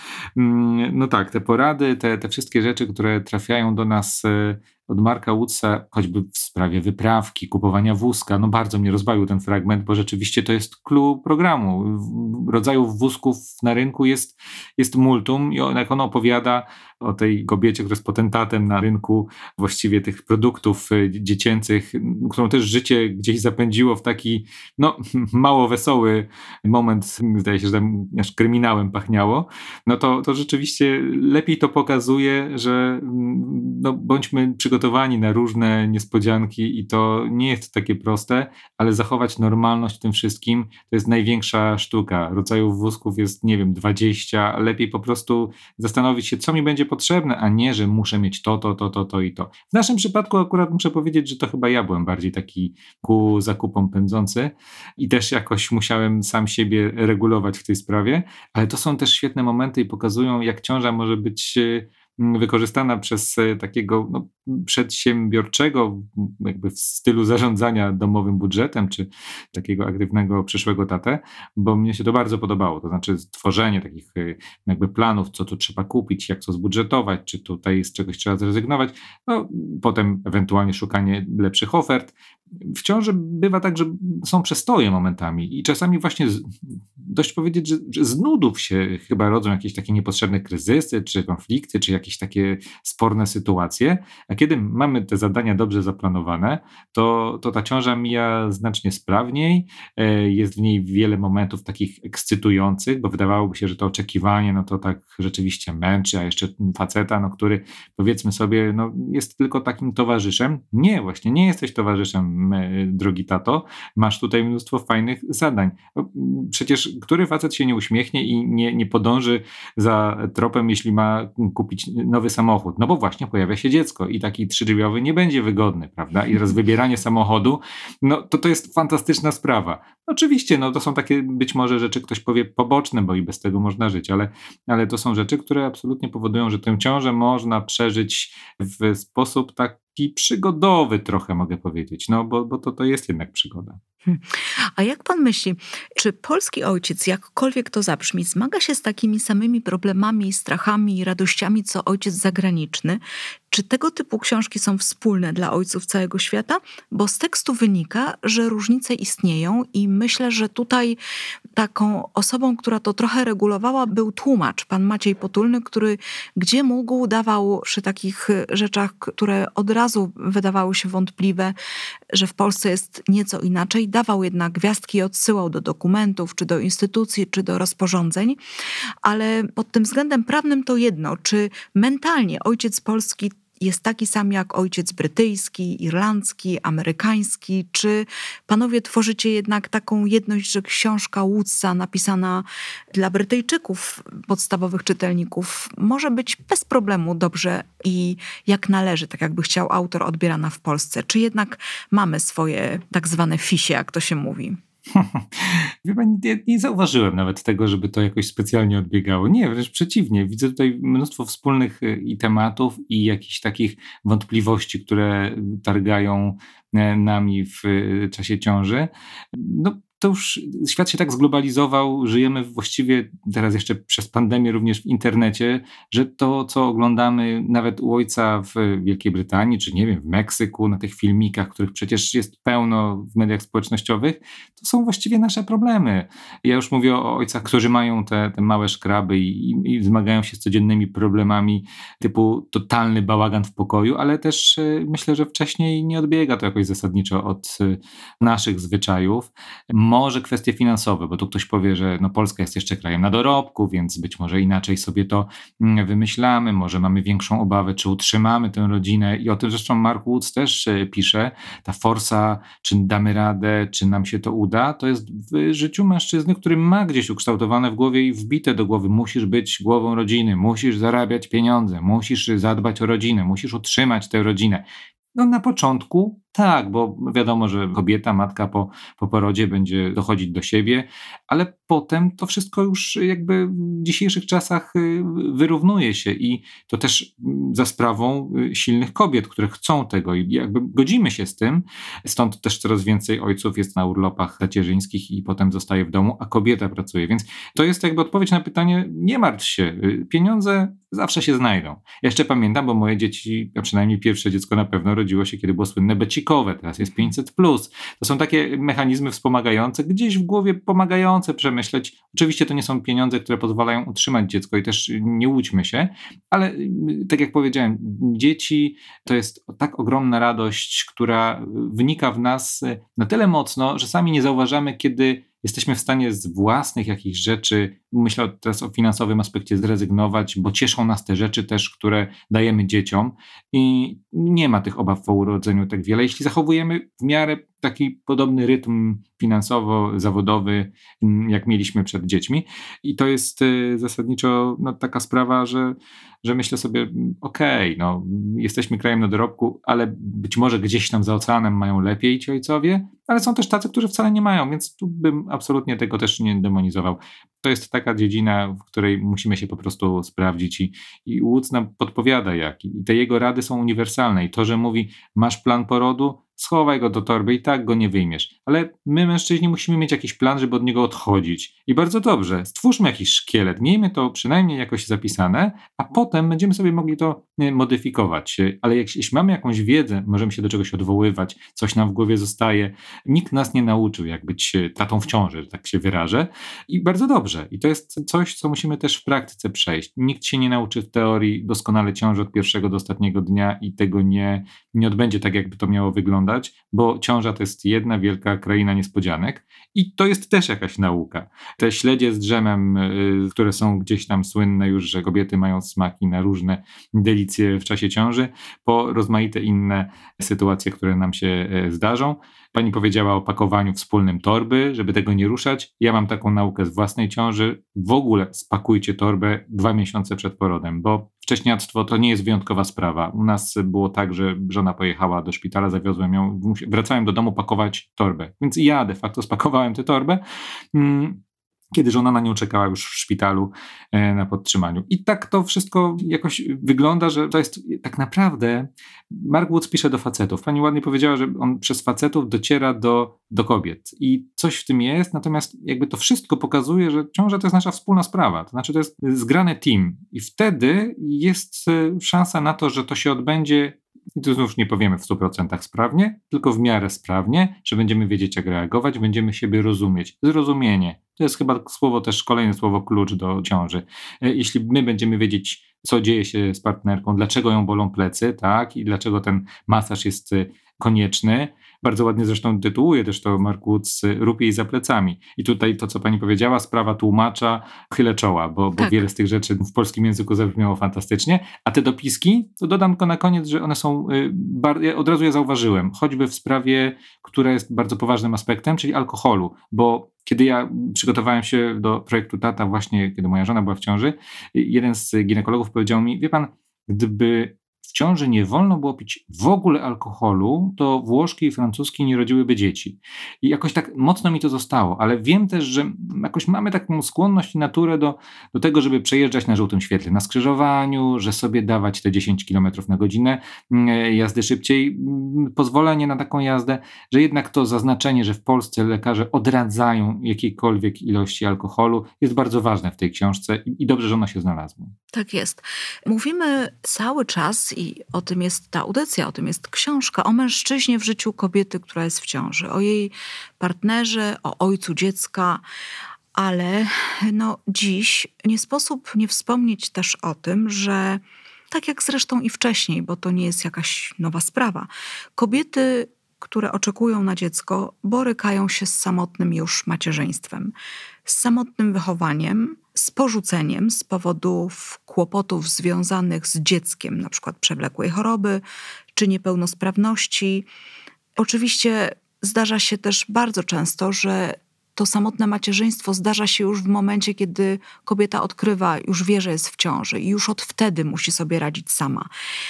No tak, te porady, te wszystkie rzeczy, które trafiają do nas od Marka Woodsa, choćby w sprawie wyprawki, kupowania wózka, no bardzo mnie rozbawił ten fragment, bo rzeczywiście to jest clou programu. Rodzajów wózków na rynku jest multum i jak on opowiada o tej kobiecie, która jest potentatem na rynku właściwie tych produktów dziecięcych, którą też życie gdzieś zapędziło w taki mało wesoły moment, zdaje się, że tam aż kryminałem pachniało, no to rzeczywiście lepiej to pokazuje, że bądźmy przygotowani na różne niespodzianki i to nie jest takie proste, ale zachować normalność w tym wszystkim to jest największa sztuka. Rodzajów wózków jest, 20, lepiej po prostu zastanowić się, co mi będzie potrzebne, a nie, że muszę mieć to i to. W naszym przypadku akurat muszę powiedzieć, że to chyba ja byłem bardziej taki ku zakupom pędzący i też jakoś musiałem sam siebie regulować w tej sprawie, ale to są też świetne momenty i pokazują, jak ciąża może być wykorzystana przez takiego przedsiębiorczego, jakby w stylu zarządzania domowym budżetem, czy takiego aktywnego przyszłego tatę, bo mnie się to bardzo podobało. To znaczy tworzenie takich jakby planów, co tu trzeba kupić, jak co zbudżetować, czy tutaj z czegoś trzeba zrezygnować, potem ewentualnie szukanie lepszych ofert. W ciąży bywa tak, że są przestoje momentami i czasami właśnie dość powiedzieć, że z nudów się chyba rodzą jakieś takie niepotrzebne kryzysy, czy konflikty, czy jakieś takie sporne sytuacje, a kiedy mamy te zadania dobrze zaplanowane, to ta ciąża mija znacznie sprawniej, jest w niej wiele momentów takich ekscytujących, bo wydawałoby się, że to oczekiwanie, to tak rzeczywiście męczy, a jeszcze faceta, który powiedzmy sobie, jest tylko takim towarzyszem. Nie, właśnie nie jesteś towarzyszem, drogi tato, masz tutaj mnóstwo fajnych zadań. Przecież który facet się nie uśmiechnie i nie podąży za tropem, jeśli ma kupić nowy samochód? No bo właśnie pojawia się dziecko i taki trzydrzwiowy nie będzie wygodny, prawda? I teraz wybieranie samochodu, no to jest fantastyczna sprawa. Oczywiście, no to są takie być może rzeczy, ktoś powie poboczne, bo i bez tego można żyć, ale to są rzeczy, które absolutnie powodują, że tę ciążę można przeżyć w sposób taki przygodowy trochę, mogę powiedzieć, no bo to jest jednak przygoda. A jak pan myśli, czy polski ojciec, jakkolwiek to zabrzmi, zmaga się z takimi samymi problemami, strachami i radościami, co ojciec zagraniczny? Czy tego typu książki są wspólne dla ojców całego świata? Bo z tekstu wynika, że różnice istnieją i myślę, że tutaj taką osobą, która to trochę regulowała, był tłumacz, pan Maciej Potulny, który gdzie mógł dawał przy takich rzeczach, które od razu wydawały się wątpliwe, że w Polsce jest nieco inaczej, dawał jednak gwiazdki i odsyłał do dokumentów, czy do instytucji, czy do rozporządzeń, ale pod tym względem prawnym to jedno, czy mentalnie ojciec polski jest taki sam jak ojciec brytyjski, irlandzki, amerykański, czy panowie tworzycie jednak taką jedność, że książka Woodsa napisana dla Brytyjczyków, podstawowych czytelników, może być bez problemu dobrze i jak należy, tak jakby chciał autor, odbierana w Polsce, czy jednak mamy swoje tak zwane fisie, jak to się mówi? Wie pani, nie zauważyłem nawet tego, żeby to jakoś specjalnie odbiegało. Nie, wręcz przeciwnie. Widzę tutaj mnóstwo wspólnych i tematów i jakichś takich wątpliwości, które targają nami w czasie ciąży. No, to już świat się tak zglobalizował, żyjemy właściwie teraz jeszcze przez pandemię również w internecie, że to, co oglądamy nawet u ojca w Wielkiej Brytanii, czy nie wiem, w Meksyku, na tych filmikach, których przecież jest pełno w mediach społecznościowych, to są właściwie nasze problemy. Ja już mówię o ojcach, którzy mają te małe szkraby i zmagają się z codziennymi problemami typu totalny bałagan w pokoju, ale też myślę, że wcześniej nie odbiega to jakoś zasadniczo od naszych zwyczajów. Może kwestie finansowe, bo tu ktoś powie, że no Polska jest jeszcze krajem na dorobku, więc być może inaczej sobie to wymyślamy, może mamy większą obawę, czy utrzymamy tę rodzinę i o tym zresztą Mark Woods też pisze. Ta forsa, czy damy radę, czy nam się to uda, to jest w życiu mężczyzny, który ma gdzieś ukształtowane w głowie i wbite do głowy. Musisz być głową rodziny, musisz zarabiać pieniądze, musisz zadbać o rodzinę, musisz utrzymać tę rodzinę. No na początku tak, bo wiadomo, że kobieta, matka po porodzie będzie dochodzić do siebie, ale potem to wszystko już jakby w dzisiejszych czasach wyrównuje się i to też za sprawą silnych kobiet, które chcą tego i jakby godzimy się z tym. Stąd też coraz więcej ojców jest na urlopach tacierzyńskich i potem zostaje w domu, a kobieta pracuje. Więc to jest jakby odpowiedź na pytanie, nie martw się, pieniądze zawsze się znajdą. Ja jeszcze pamiętam, bo moje dzieci, a przynajmniej pierwsze dziecko na pewno rodziło się, kiedy było słynne becikowe, teraz jest 500+. To są takie mechanizmy wspomagające, gdzieś w głowie pomagające przemyśleć. Oczywiście to nie są pieniądze, które pozwalają utrzymać dziecko i też nie łudźmy się, ale tak jak powiedziałem, dzieci to jest tak ogromna radość, która wynika w nas na tyle mocno, że sami nie zauważamy, kiedy jesteśmy w stanie z własnych jakichś rzeczy, myślę teraz o finansowym aspekcie, zrezygnować, bo cieszą nas te rzeczy też, które dajemy dzieciom i nie ma tych obaw po urodzeniu tak wiele. Jeśli zachowujemy w miarę taki podobny rytm finansowo-zawodowy, jak mieliśmy przed dziećmi. I to jest zasadniczo taka sprawa, że myślę sobie, okej, jesteśmy krajem na dorobku, ale być może gdzieś tam za oceanem mają lepiej ci ojcowie, ale są też tacy, którzy wcale nie mają, więc tu bym absolutnie tego też nie demonizował. To jest taka dziedzina, w której musimy się po prostu sprawdzić i Woods nam podpowiada jak. I te jego rady są uniwersalne. I to, że mówi, masz plan porodu, schowaj go do torby i tak go nie wyjmiesz. Ale my, mężczyźni, musimy mieć jakiś plan, żeby od niego odchodzić. I bardzo dobrze, stwórzmy jakiś szkielet, miejmy to przynajmniej jakoś zapisane, a potem będziemy sobie mogli to modyfikować. Ale jeśli mamy jakąś wiedzę, możemy się do czegoś odwoływać, coś nam w głowie zostaje. Nikt nas nie nauczył, jak być tatą w ciąży, że tak się wyrażę. I bardzo dobrze. I to jest coś, co musimy też w praktyce przejść. Nikt się nie nauczy w teorii doskonale ciąży od pierwszego do ostatniego dnia i tego nie odbędzie tak, jakby to miało wyglądać. wyglądać, bo ciąża to jest jedna wielka kraina niespodzianek i to jest też jakaś nauka. Te śledzie z drzemem, które są gdzieś tam słynne już, że kobiety mają smaki na różne delicje w czasie ciąży, po rozmaite inne sytuacje, które nam się zdarzą. Pani powiedziała o pakowaniu wspólnym torby, żeby tego nie ruszać. Ja mam taką naukę z własnej ciąży. W ogóle spakujcie torbę 2 miesiące przed porodem, bo wcześniactwo to nie jest wyjątkowa sprawa. U nas było tak, że żona pojechała do szpitala, zawiozłem ją, wracałem do domu pakować torbę. Więc ja de facto spakowałem tę torbę, kiedy żona na nią czekała już w szpitalu na podtrzymaniu. I tak to wszystko jakoś wygląda, że to jest tak naprawdę... Mark Woods pisze do facetów. Pani ładnie powiedziała, że on przez facetów dociera do kobiet. I coś w tym jest, natomiast jakby to wszystko pokazuje, że ciąża to jest nasza wspólna sprawa. To znaczy to jest zgrane team. I wtedy jest szansa na to, że to się odbędzie. I tu znów nie powiemy w 100% sprawnie, tylko w miarę sprawnie, że będziemy wiedzieć, jak reagować, będziemy siebie rozumieć. Zrozumienie. To jest chyba słowo też, kolejne słowo klucz do ciąży. Jeśli my będziemy wiedzieć, co dzieje się z partnerką, dlaczego ją bolą plecy, tak, i dlaczego ten masaż jest konieczny. Bardzo ładnie zresztą tytułuje też to Mark Woods Rób jej za plecami. I tutaj to, co pani powiedziała, sprawa tłumacza, chylę czoła, bo Tak. wiele z tych rzeczy w polskim języku zabrzmiało fantastycznie. A te dopiski, to dodam tylko na koniec, że one są, od razu je zauważyłem, choćby w sprawie, która jest bardzo poważnym aspektem, czyli alkoholu, bo kiedy ja przygotowałem się do projektu Tata, właśnie kiedy moja żona była w ciąży, jeden z ginekologów powiedział mi, wie pan, gdyby w ciąży nie wolno było pić w ogóle alkoholu, to włoszki i francuski nie rodziłyby dzieci. I jakoś tak mocno mi to zostało, ale wiem też, że jakoś mamy taką skłonność i naturę do tego, żeby przejeżdżać na żółtym świetle, na skrzyżowaniu, że sobie dawać te 10 km na godzinę jazdy szybciej, pozwolenie na taką jazdę, że jednak to zaznaczenie, że w Polsce lekarze odradzają jakiejkolwiek ilości alkoholu, jest bardzo ważne w tej książce i dobrze, że ono się znalazło. Tak jest. Mówimy cały czas i o tym jest ta audycja, o tym jest książka, o mężczyźnie w życiu kobiety, która jest w ciąży, o jej partnerze, o ojcu dziecka, ale dziś nie sposób nie wspomnieć też o tym, że tak jak zresztą i wcześniej, bo to nie jest jakaś nowa sprawa, kobiety, które oczekują na dziecko, borykają się z samotnym już macierzyństwem, z samotnym wychowaniem, z porzuceniem z powodów kłopotów związanych z dzieckiem, na przykład przewlekłej choroby czy niepełnosprawności. Oczywiście zdarza się też bardzo często, że to samotne macierzyństwo zdarza się już w momencie, kiedy kobieta odkrywa, już wie, że jest w ciąży i już od wtedy musi sobie radzić sama.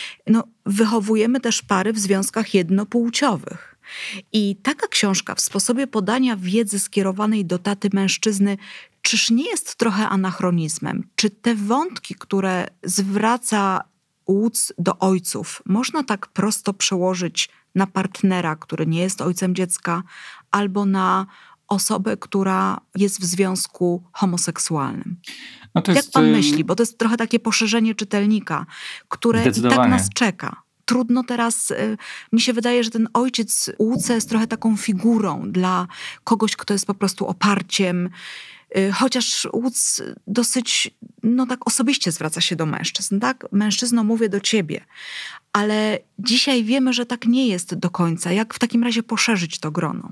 Wychowujemy też pary w związkach jednopłciowych. I taka książka w sposobie podania wiedzy skierowanej do taty mężczyzny, czyż nie jest trochę anachronizmem? Czy te wątki, które zwraca Woods do ojców, można tak prosto przełożyć na partnera, który nie jest ojcem dziecka, albo na osobę, która jest w związku homoseksualnym? Jak pan myśli? Bo to jest trochę takie poszerzenie czytelnika, które i tak nas czeka. Trudno teraz, mi się wydaje, że ten ojciec Woods jest trochę taką figurą dla kogoś, kto jest po prostu oparciem, chociaż Woods dosyć, tak osobiście zwraca się do mężczyzn, tak? Mężczyzno, mówię do ciebie. Ale dzisiaj wiemy, że tak nie jest do końca. Jak w takim razie poszerzyć to grono?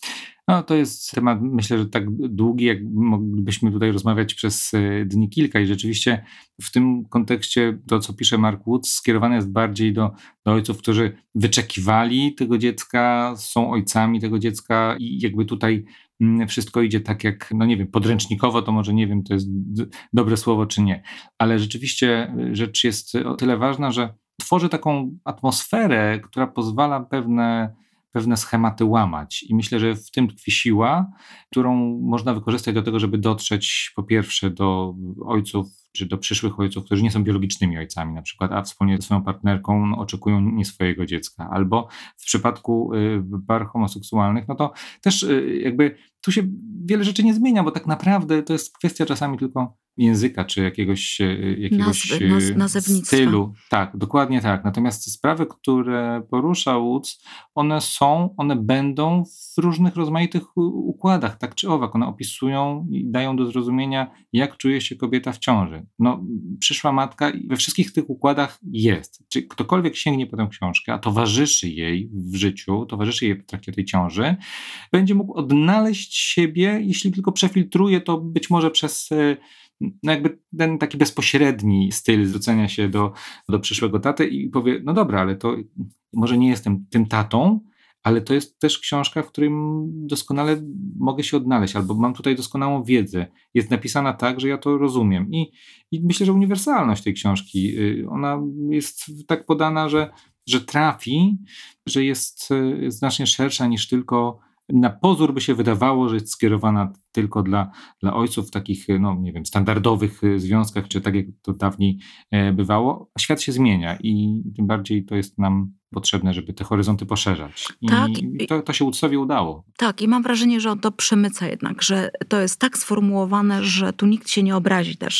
To jest temat, myślę, że tak długi, jak moglibyśmy tutaj rozmawiać przez dni kilka i rzeczywiście w tym kontekście to, co pisze Mark Woods, skierowane jest bardziej do ojców, którzy wyczekiwali tego dziecka, są ojcami tego dziecka i jakby tutaj wszystko idzie tak jak, podręcznikowo, to może nie wiem, to jest dobre słowo czy nie, ale rzeczywiście rzecz jest o tyle ważna, że tworzy taką atmosferę, która pozwala pewne schematy łamać. I myślę, że w tym tkwi siła, którą można wykorzystać do tego, żeby dotrzeć po pierwsze do ojców, czy do przyszłych ojców, którzy nie są biologicznymi ojcami na przykład, a wspólnie ze swoją partnerką oczekują nie swojego dziecka. Albo w przypadku par homoseksualnych, no to też jakby tu się wiele rzeczy nie zmienia, bo tak naprawdę to jest kwestia czasami tylko języka, czy jakiegoś nazewnictwa. stylu. Tak, dokładnie tak. Natomiast sprawy, które porusza Woods, one będą w różnych rozmaitych układach, tak czy owak. One opisują i dają do zrozumienia, jak czuje się kobieta w ciąży. Przyszła matka i we wszystkich tych układach jest. Czy ktokolwiek sięgnie po tę książkę, a towarzyszy jej w życiu, towarzyszy jej w trakcie tej ciąży, będzie mógł odnaleźć siebie, jeśli tylko przefiltruje to być może przez jakby ten taki bezpośredni styl zwrócenia się do przyszłego taty i powie, no dobra, ale to może nie jestem tym tatą, ale to jest też książka, w której doskonale mogę się odnaleźć, albo mam tutaj doskonałą wiedzę. Jest napisana tak, że ja to rozumiem. I myślę, że uniwersalność tej książki, ona jest tak podana, że trafi, że jest znacznie szersza niż tylko na pozór by się wydawało, że jest skierowana tylko dla ojców w takich, nie wiem, standardowych związkach, czy tak jak to dawniej bywało. A świat się zmienia i tym bardziej to jest nam potrzebne, żeby te horyzonty poszerzać. I to się Woodsowi udało. Tak, i mam wrażenie, że on to przemyca jednak, że to jest tak sformułowane, że tu nikt się nie obrazi też,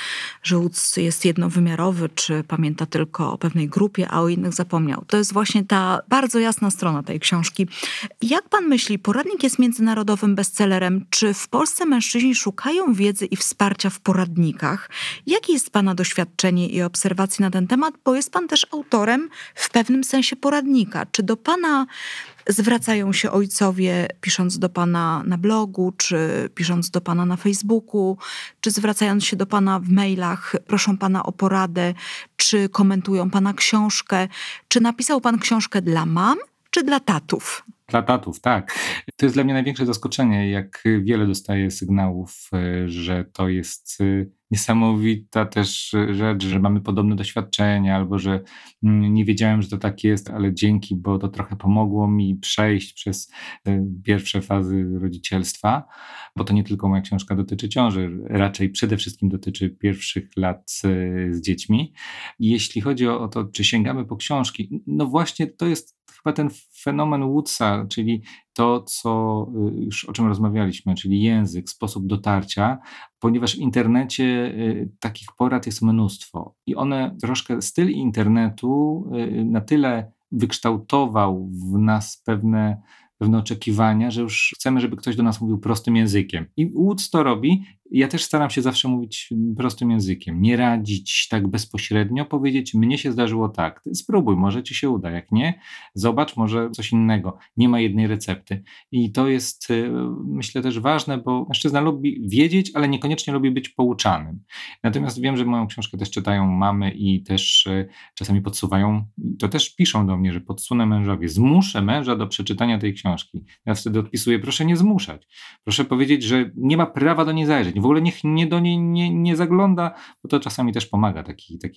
że Woods jest jednowymiarowy, czy pamięta tylko o pewnej grupie, a o innych zapomniał. To jest właśnie ta bardzo jasna strona tej książki. Jak pan myśli, poradnik jest międzynarodowym bestsellerem? Czy w Polsce mężczyźni szukają wiedzy i wsparcia w poradnikach? Jakie jest pana doświadczenie i obserwacje na ten temat? Bo jest pan też autorem w pewnym sensie poradnika. Czy do pana zwracają się ojcowie, pisząc do pana na blogu, czy pisząc do pana na Facebooku, czy zwracając się do pana w mailach, proszą pana o poradę, czy komentują pana książkę? Czy napisał pan książkę dla mam, czy dla tatów? Dla tatów, tak. To jest dla mnie największe zaskoczenie, jak wiele dostaję sygnałów, że to jest niesamowita też rzecz, że mamy podobne doświadczenia, albo że nie wiedziałem, że to tak jest, ale dzięki, bo to trochę pomogło mi przejść przez pierwsze fazy rodzicielstwa, bo to nie tylko moja książka dotyczy ciąży, raczej przede wszystkim dotyczy pierwszych lat z dziećmi. Jeśli chodzi o to, czy sięgamy po książki, no właśnie to jest chyba ten fenomen Woodsa, czyli to, co już o czym rozmawialiśmy, czyli język, sposób dotarcia, ponieważ w internecie takich porad jest mnóstwo i one troszkę, styl internetu na tyle wykształtował w nas pewne oczekiwania, że już chcemy, żeby ktoś do nas mówił prostym językiem. I Woods to robi. Ja też staram się zawsze mówić prostym językiem. Nie radzić tak bezpośrednio, powiedzieć, mnie się zdarzyło tak. Ty spróbuj, może ci się uda. Jak nie, zobacz, może coś innego. Nie ma jednej recepty. I to jest, myślę, też ważne, bo mężczyzna lubi wiedzieć, ale niekoniecznie lubi być pouczanym. Natomiast wiem, że moją książkę też czytają mamy i też czasami podsuwają, to też piszą do mnie, że podsunę mężowi. Zmuszę męża do przeczytania tej książki. Ja wtedy odpisuję, proszę nie zmuszać. Proszę powiedzieć, że nie ma prawa do niej zajrzeć. W ogóle niech do niej nie zagląda, bo to czasami też pomaga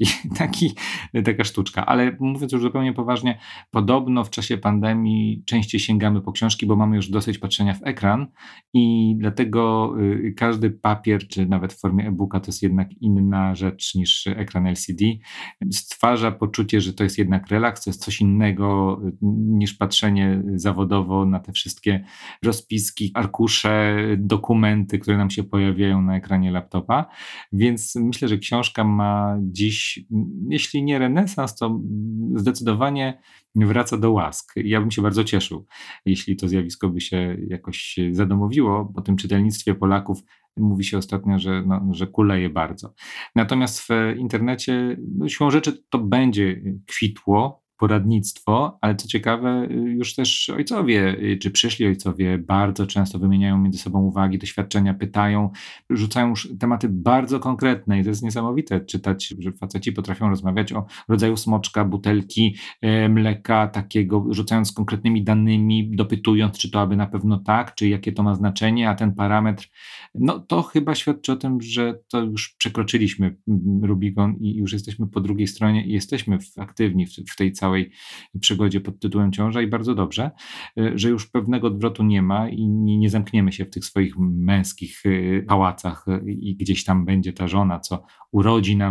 taka sztuczka. Ale mówiąc już zupełnie poważnie, podobno w czasie pandemii częściej sięgamy po książki, bo mamy już dosyć patrzenia w ekran i dlatego każdy papier, czy nawet w formie e-booka to jest jednak inna rzecz niż ekran LCD. Stwarza poczucie, że to jest jednak relaks, to jest coś innego niż patrzenie zawodowo na te wszystkie rozpiski, arkusze, dokumenty, które nam się pojawiają na ekranie laptopa, więc myślę, że książka ma dziś, jeśli nie renesans, to zdecydowanie wraca do łask. Ja bym się bardzo cieszył, jeśli to zjawisko by się jakoś zadomowiło, bo o tym czytelnictwie Polaków mówi się ostatnio, że kuleje bardzo. Natomiast w internecie siłą rzeczy to będzie kwitło, poradnictwo, ale co ciekawe, już też ojcowie, czy przyszli ojcowie bardzo często wymieniają między sobą uwagi, doświadczenia, pytają, rzucają już tematy bardzo konkretne i to jest niesamowite czytać, że faceci potrafią rozmawiać o rodzaju smoczka, butelki, mleka takiego, rzucając konkretnymi danymi, dopytując, czy to aby na pewno tak, czy jakie to ma znaczenie, a ten parametr, to chyba świadczy o tym, że to już przekroczyliśmy Rubikon i już jesteśmy po drugiej stronie i jesteśmy aktywni w tej całej przygodzie pod tytułem ciąża i bardzo dobrze, że już pewnego odwrotu nie ma i nie zamkniemy się w tych swoich męskich pałacach i gdzieś tam będzie ta żona, co urodzi nam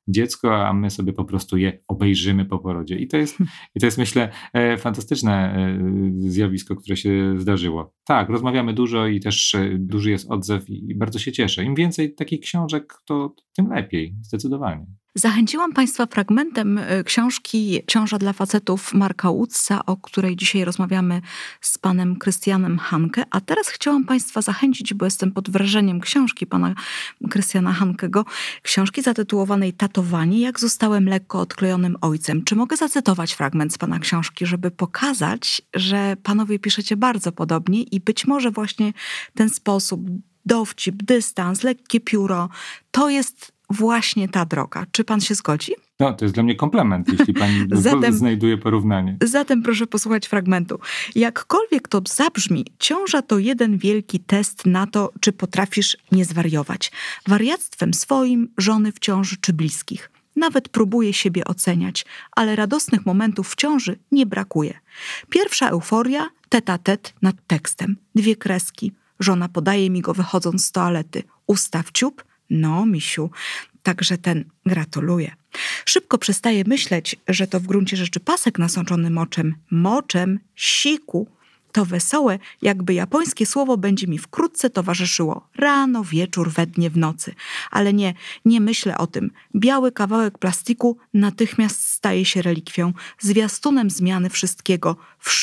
dziecko, a my sobie po prostu je obejrzymy po porodzie. I to jest myślę, fantastyczne zjawisko, które się zdarzyło. Tak, rozmawiamy dużo i też duży jest odzew i bardzo się cieszę. Im więcej takich książek, to tym lepiej, zdecydowanie. Zachęciłam Państwa fragmentem książki Ciąża dla facetów Marka Woodsa, o której dzisiaj rozmawiamy z panem Krystianem Hanke, a teraz chciałam Państwa zachęcić, bo jestem pod wrażeniem książki pana Krystiana Hankego, książki zatytułowanej Tatowanie, jak zostałem lekko odklejonym ojcem. Czy mogę zacytować fragment z pana książki, żeby pokazać, że panowie piszecie bardzo podobnie i być może właśnie ten sposób, dowcip, dystans, lekkie pióro, to jest właśnie ta droga. Czy pan się zgodzi? No, to jest dla mnie komplement, jeśli pani znajduje porównanie. Zatem proszę posłuchać fragmentu. Jakkolwiek to zabrzmi, ciąża to jeden wielki test na to, czy potrafisz nie zwariować. Wariactwem swoim, żony w ciąży czy bliskich. Nawet próbuję siebie oceniać, ale radosnych momentów w ciąży nie brakuje. Pierwsza euforia, tête-à-tête nad tekstem. 2 kreski. Żona podaje mi go wychodząc z toalety. Ustaw ciup. No, misiu, także ten gratuluję. Szybko przestaję myśleć, że to w gruncie rzeczy pasek nasączony moczem, siku. To wesołe, jakby japońskie słowo będzie mi wkrótce towarzyszyło. Rano, wieczór, we dnie, w nocy. Ale nie myślę o tym. Biały kawałek plastiku natychmiast staje się relikwią, zwiastunem zmiany wszystkiego.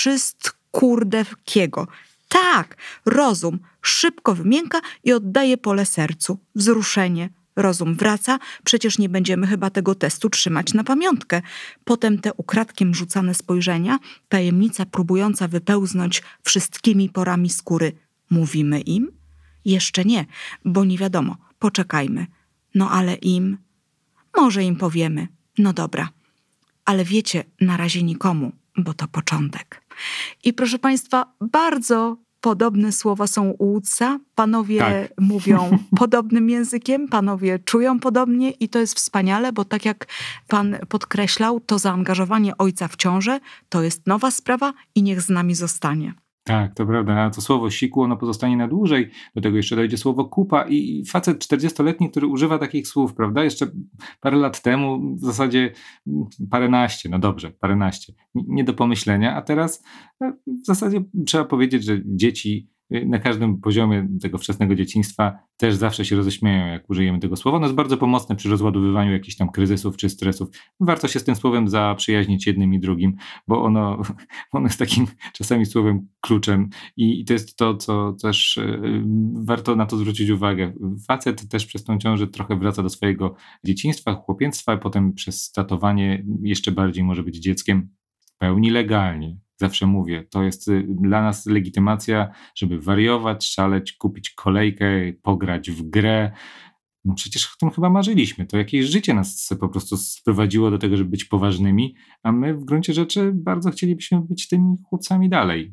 Wszystkurdekiego. Tak, rozum szybko wymięka i oddaje pole sercu. Wzruszenie. Rozum wraca, przecież nie będziemy chyba tego testu trzymać na pamiątkę. Potem te ukradkiem rzucane spojrzenia, tajemnica próbująca wypełznąć wszystkimi porami skóry. Mówimy im? Jeszcze nie, bo nie wiadomo. Poczekajmy. No ale im? Może im powiemy. No dobra. Ale wiecie, na razie nikomu, bo to początek. I proszę Państwa, bardzo podobne słowa są u Woodsa. Panowie tak. Mówią podobnym językiem, panowie czują podobnie i to jest wspaniale, bo tak jak pan podkreślał, to zaangażowanie ojca w ciążę to jest nowa sprawa i niech z nami zostanie. Tak, to prawda. A to słowo siku, ono pozostanie na dłużej. Do tego jeszcze dojdzie słowo kupa i facet 40-letni, który używa takich słów, prawda? Jeszcze parę lat temu, w zasadzie paręnaście, no dobrze, paręnaście. Nie do pomyślenia, a teraz w zasadzie trzeba powiedzieć, że dzieci na każdym poziomie tego wczesnego dzieciństwa też zawsze się roześmieją, jak użyjemy tego słowa. Ono jest bardzo pomocne przy rozładowywaniu jakichś tam kryzysów czy stresów. Warto się z tym słowem zaprzyjaźnić jednym i drugim, bo ono jest takim czasami słowem kluczem i to jest to, co też warto na to zwrócić uwagę. Facet też przez tą ciążę trochę wraca do swojego dzieciństwa, chłopięctwa, a potem przez tatowanie jeszcze bardziej może być dzieckiem w pełni legalnie. Zawsze mówię, to jest dla nas legitymacja, żeby wariować, szaleć, kupić kolejkę, pograć w grę. No przecież o tym chyba marzyliśmy. To jakieś życie nas po prostu sprowadziło do tego, żeby być poważnymi, a my w gruncie rzeczy bardzo chcielibyśmy być tymi chłopcami dalej.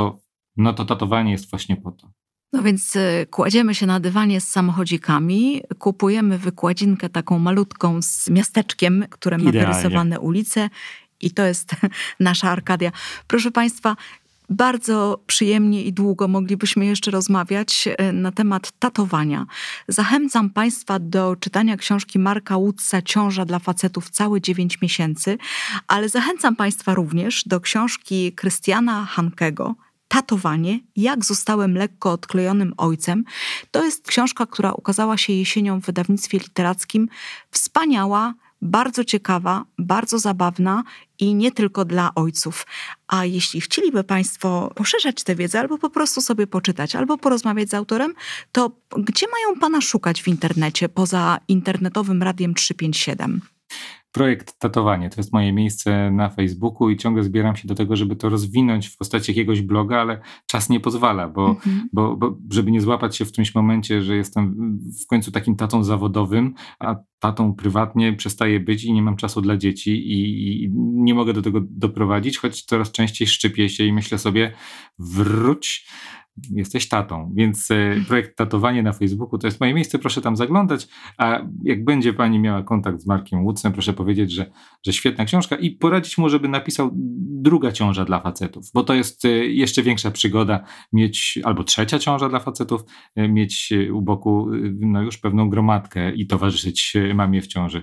No to tatowanie jest właśnie po to. No więc kładziemy się na dywanie z samochodzikami, kupujemy wykładzinkę taką malutką z miasteczkiem, które ma wyrysowane ulice. I to jest nasza Arkadia. Proszę Państwa, bardzo przyjemnie i długo moglibyśmy jeszcze rozmawiać na temat tatowania. Zachęcam Państwa do czytania książki Marka Woodsa Ciąża dla facetów całe 9 miesięcy, ale zachęcam Państwa również do książki Krystiana Hankego Tatowanie, jak zostałem lekko odklejonym ojcem. To jest książka, która ukazała się jesienią w wydawnictwie literackim. Wspaniała, bardzo ciekawa, bardzo zabawna i nie tylko dla ojców. A jeśli chcieliby Państwo poszerzać tę wiedzę, albo po prostu sobie poczytać, albo porozmawiać z autorem, to gdzie mają Pana szukać w internecie, poza internetowym Radiem 357? Projekt Tatowanie to jest moje miejsce na Facebooku i ciągle zbieram się do tego, żeby to rozwinąć w postaci jakiegoś bloga, ale czas nie pozwala, bo żeby nie złapać się w którymś momencie, że jestem w końcu takim tatą zawodowym, a tatą prywatnie przestaję być i nie mam czasu dla dzieci i nie mogę do tego doprowadzić, choć coraz częściej szczypię się i myślę sobie, wróć, jesteś tatą, więc projekt Tatowanie na Facebooku to jest moje miejsce, proszę tam zaglądać, a jak będzie pani miała kontakt z Markiem Woodsem, proszę powiedzieć, że świetna książka i poradzić mu, żeby napisał druga ciąża dla facetów, bo to jest jeszcze większa przygoda mieć, albo trzecia ciąża dla facetów, mieć u boku no już pewną gromadkę i towarzyszyć mamie w ciąży.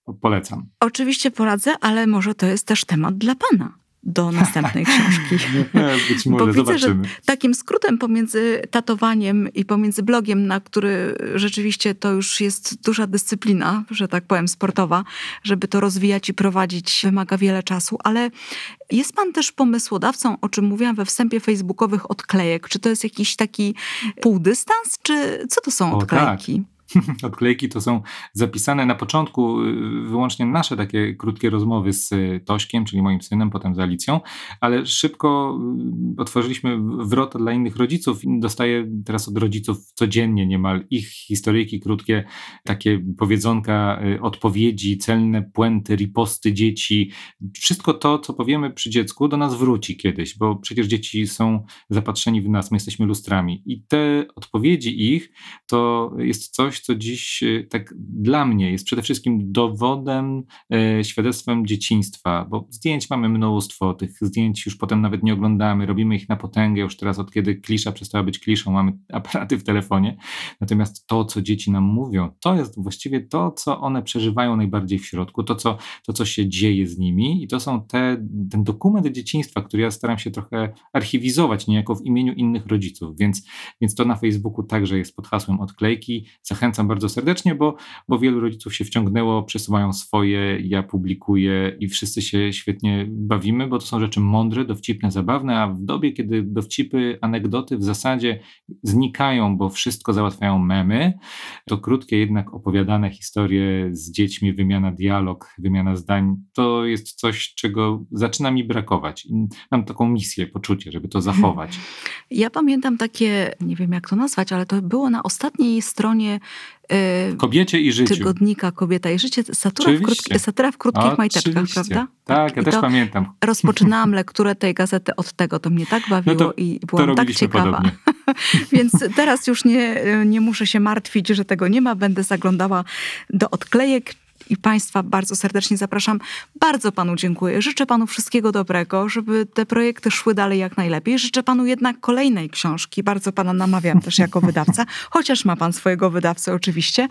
polecam. Oczywiście poradzę, ale może to jest też temat dla pana do następnej książki. Być może, Bo widzę, że zobaczymy. takim skrótem pomiędzy tatowaniem i pomiędzy blogiem, na który rzeczywiście to już jest duża dyscyplina, że tak powiem, sportowa, żeby to rozwijać i prowadzić, wymaga wiele czasu, ale jest pan też pomysłodawcą, o czym mówiłam we wstępie, facebookowych odklejek. Czy to jest jakiś taki półdystans, czy co to są odklejki? Tak. Odklejki to są zapisane na początku wyłącznie nasze takie krótkie rozmowy z Tośkiem, czyli moim synem, potem z Alicją, ale szybko otworzyliśmy wrota dla innych rodziców. Dostaję teraz od rodziców codziennie niemal ich historyjki krótkie, takie powiedzonka, odpowiedzi, celne puenty, riposty dzieci. Wszystko to, co powiemy przy dziecku, do nas wróci kiedyś, bo przecież dzieci są zapatrzeni w nas, my jesteśmy lustrami. I te odpowiedzi ich to jest coś, co dziś tak dla mnie jest przede wszystkim dowodem, świadectwem dzieciństwa, bo zdjęć mamy mnóstwo, tych zdjęć już potem nawet nie oglądamy, robimy ich na potęgę, już teraz od kiedy klisza przestała być kliszą, mamy aparaty w telefonie, natomiast to, co dzieci nam mówią, to jest właściwie to, co one przeżywają najbardziej w środku, to, co się dzieje z nimi i to są ten dokument dzieciństwa, który ja staram się trochę archiwizować niejako w imieniu innych rodziców, więc to na Facebooku także jest pod hasłem odklejki. Zachęcam bardzo serdecznie, bo wielu rodziców się wciągnęło, przesyłają swoje, ja publikuję i wszyscy się świetnie bawimy, bo to są rzeczy mądre, dowcipne, zabawne, a w dobie, kiedy dowcipy, anegdoty w zasadzie znikają, bo wszystko załatwiają memy, to krótkie jednak opowiadane historie z dziećmi, dialog, wymiana zdań, to jest coś, czego zaczyna mi brakować. I mam taką misję, poczucie, żeby to zachować. Ja pamiętam takie, nie wiem jak to nazwać, ale to było na ostatniej stronie Kobiecie i życiu. Tygodnika Kobieta i Życie, satyra w krótkich majteczkach, prawda? Tak, ja też pamiętam. Rozpoczynałam lekturę tej gazety od tego, to mnie tak bawiło i byłam tak ciekawa. Więc teraz już nie muszę się martwić, że tego nie ma, będę zaglądała do odklejek. I Państwa bardzo serdecznie zapraszam. Bardzo Panu dziękuję. Życzę Panu wszystkiego dobrego, żeby te projekty szły dalej jak najlepiej. Życzę Panu jednak kolejnej książki. Bardzo Pana namawiam też jako wydawca, chociaż ma Pan swojego wydawcę oczywiście,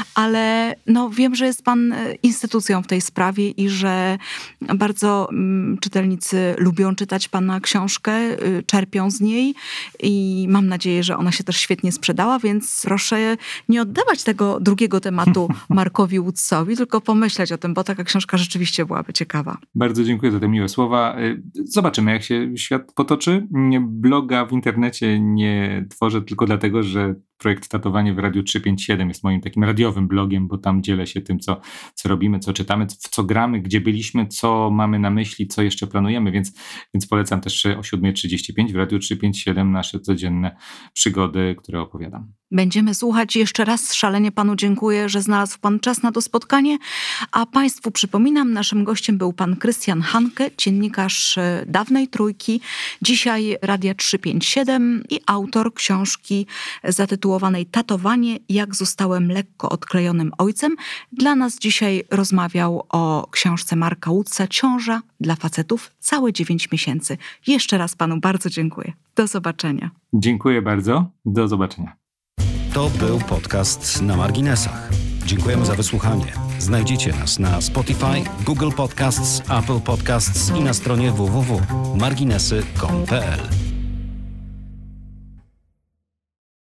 ale wiem, że jest Pan instytucją w tej sprawie i że bardzo czytelnicy lubią czytać Pana książkę, czerpią z niej i mam nadzieję, że ona się też świetnie sprzedała, więc proszę nie oddawać tego drugiego tematu Markowi Woodsowi, tylko pomyśleć o tym, bo taka książka rzeczywiście byłaby ciekawa. Bardzo dziękuję za te miłe słowa. Zobaczymy, jak się świat potoczy. Bloga w internecie nie tworzę tylko dlatego, że projekt Tatowanie w Radiu 357 jest moim takim radiowym blogiem, bo tam dzielę się tym, co robimy, co czytamy, w co gramy, gdzie byliśmy, co mamy na myśli, co jeszcze planujemy, więc polecam też o 7:35 w Radiu 357 nasze codzienne przygody, które opowiadam. Będziemy słuchać. Jeszcze raz szalenie Panu dziękuję, że znalazł Pan czas na to spotkanie. A Państwu przypominam, naszym gościem był Pan Krystian Hanke, dziennikarz Dawnej Trójki, dzisiaj Radia 357 i autor książki zatytułowanej Tatowanie, jak zostałem lekko odklejonym ojcem. Dla nas dzisiaj rozmawiał o książce Marka Woodsa Ciąża dla facetów całe 9 miesięcy. Jeszcze raz Panu bardzo dziękuję. Do zobaczenia. Dziękuję bardzo. Do zobaczenia. To był podcast Na Marginesach. Dziękujemy za wysłuchanie. Znajdziecie nas na Spotify, Google Podcasts, Apple Podcasts i na stronie www.marginesy.pl.